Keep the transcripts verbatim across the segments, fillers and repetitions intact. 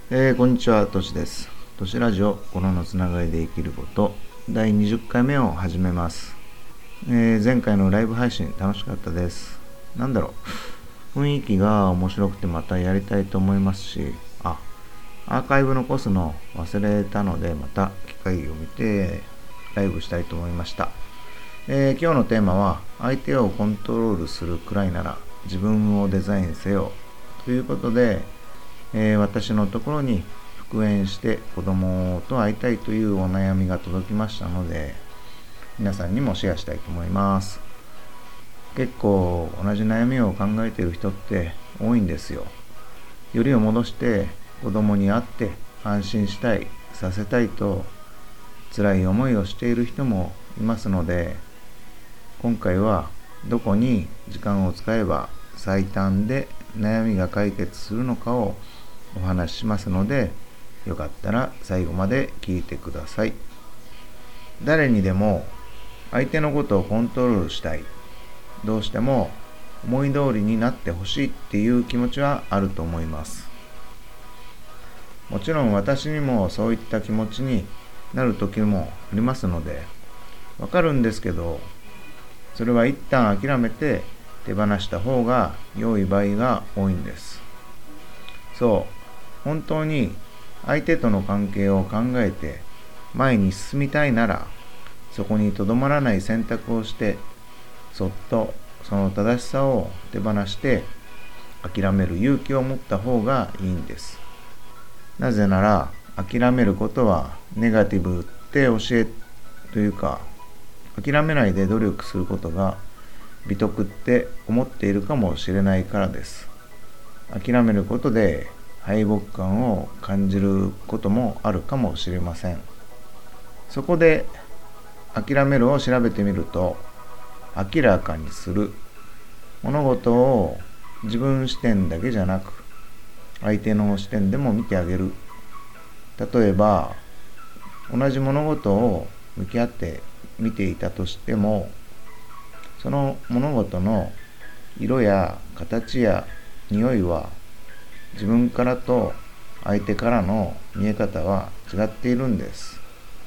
えー、こんにちは、としです。としラジオ、心のつながりで生きること、だいにじゅっかいめを始めます。えー、前回のライブ配信楽しかったです。なんだろう、雰囲気が面白くてまたやりたいと思いますし、あ、アーカイブ残すの忘れたので、また機会を見てライブしたいと思いました。えー、今日のテーマは、相手をコントロールするくらいなら自分をデザインせよということで、えー、私のところに復縁して子供と会いたいというお悩みが届きましたので、皆さんにもシェアしたいと思います。結構同じ悩みを考えている人って多いんですよ。よりを戻して子供に会って安心したい、させたいと辛い思いをしている人もいますので、今回はどこに時間を使えば最短で悩みが解決するのかをお話ししますので、よかったら最後まで聞いてください。誰にでも相手のことをコントロールしたい、どうしても思い通りになってほしいっていう気持ちはあると思います。もちろん私にもそういった気持ちになる時もありますので、わかるんですけど、それは一旦諦めて手放した方が良い場合が多いんです。そう、本当に相手との関係を考えて前に進みたいなら、そこにとどまらない選択をして、そっとその正しさを手放して諦める勇気を持った方がいいんです。なぜなら、諦めることはネガティブって教えというか、諦めないで努力することが美徳って思っているかもしれないからです。諦めることで敗北感を感じることもあるかもしれません。そこで諦めるを調べてみると、明らかにする、物事を自分視点だけじゃなく相手の視点でも見てあげる。例えば同じ物事を向き合って見ていたとしても、その物事の色や形や匂いは自分からと相手からの見え方は違っているんです。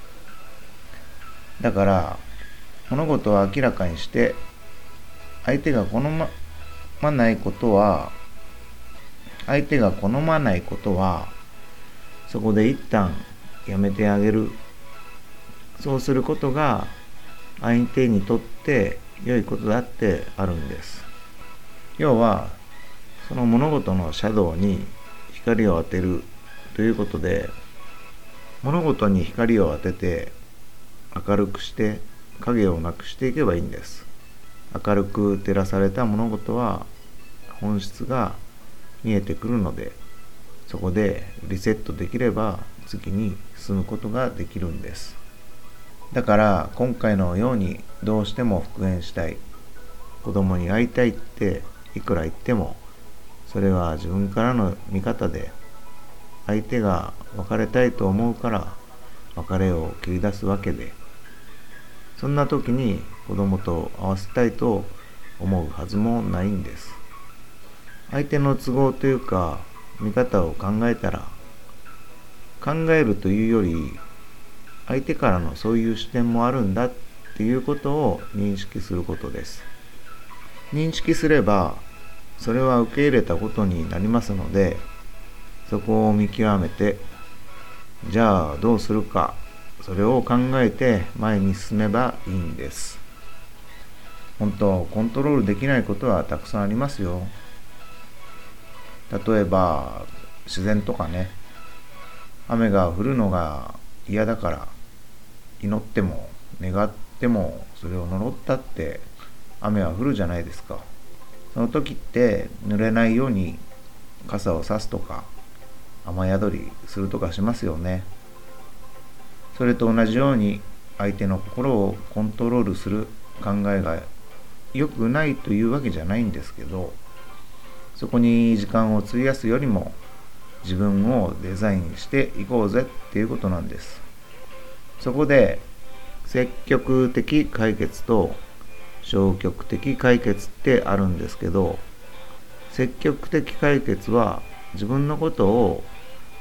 だから物事を明らかにして、相手が好まないことは相手が好まないことはそこで一旦やめてあげる。そうすることが相手にとって良いことだってあるんです。要はその物事のシャドウに光を当てるということで、物事に光を当てて明るくして影をなくしていけばいいんです。明るく照らされた物事は本質が見えてくるので、そこでリセットできれば次に進むことができるんです。だから今回のようにどうしても復縁したい、子供に会いたいっていくら言っても、それは自分からの見方で、相手が別れたいと思うから別れを切り出すわけで、そんな時に子供と会わせたいと思うはずもないんです。相手の都合というか見方を考えたら、考えるというより相手からのそういう視点もあるんだっていうことを認識することです。認識すればそれは受け入れたことになりますので、そこを見極めて、じゃあどうするか、それを考えて前に進めばいいんです。本当、コントロールできないことはたくさんありますよ。例えば自然とかね、雨が降るのが嫌だから祈っても願ってもそれを呪ったって雨は降るじゃないですか。その時って濡れないように傘を差すとか雨宿りするとかしますよね。それと同じように、相手の心をコントロールする考えが良くないというわけじゃないんですけど、そこに時間を費やすよりも自分をデザインしていこうぜっていうことなんです。そこで積極的解決と消極的解決ってあるんですけど、積極的解決は自分のことを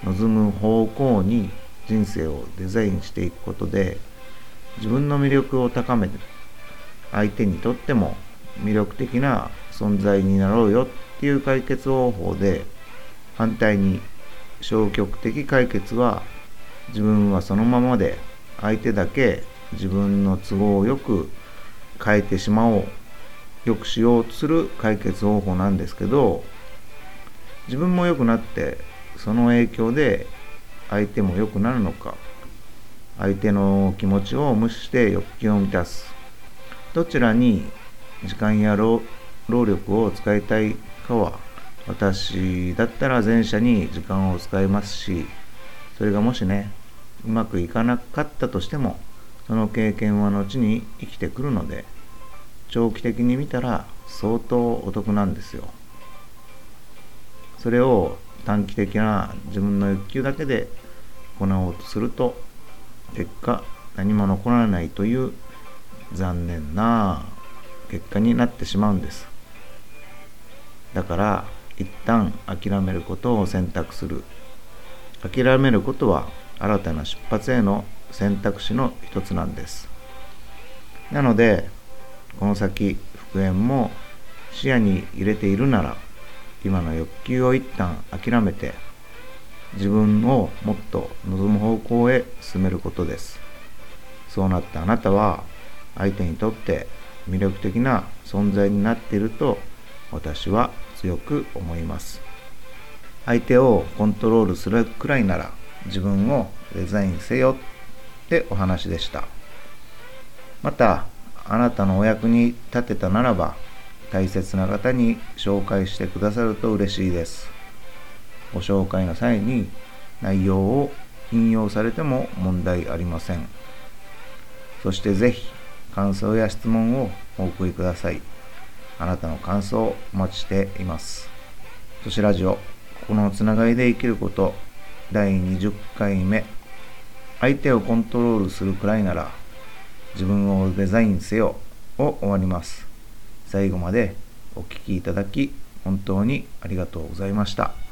望む方向に人生をデザインしていくことで、自分の魅力を高めて、相手にとっても魅力的な存在になろうよっていう解決方法で、反対に消極的解決は、自分はそのままで相手だけ自分の都合よく変えてしまおう、よくしようとする解決方法なんですけど、自分も良くなってその影響で相手も良くなるのか、相手の気持ちを無視して欲求を満たす、どちらに時間や労労力を使いたいかは、私だったら前者に時間を使いますし、それがもしねうまくいかなかったとしても、その経験は後に生きてくるので、長期的に見たら相当お得なんですよ。それを短期的な自分の欲求だけで行おうとすると、結果何も残らないという残念な結果になってしまうんです。だから一旦諦めることを選択する。諦めることは新たな出発への選択肢の一つなんです。なのでこの先復縁も視野に入れているなら、今の欲求を一旦諦めて、自分をもっと望む方向へ進めることです。そうなったあなたは、相手にとって魅力的な存在になっていると私は強く思います。相手をコントロールするくらいなら自分をデザインせよってお話でした。またあなたのお役に立てたならば、大切な方に紹介してくださると嬉しいです。ご紹介の際に内容を引用されても問題ありません。そしてぜひ感想や質問をお送りください。あなたの感想をお待ちしています。都市ラジオ、心のつながりで生きること、だいにじゅっかいめ。相手をコントロールするくらいなら自分をデザインせよを終わります。最後までお聞きいただき本当にありがとうございました。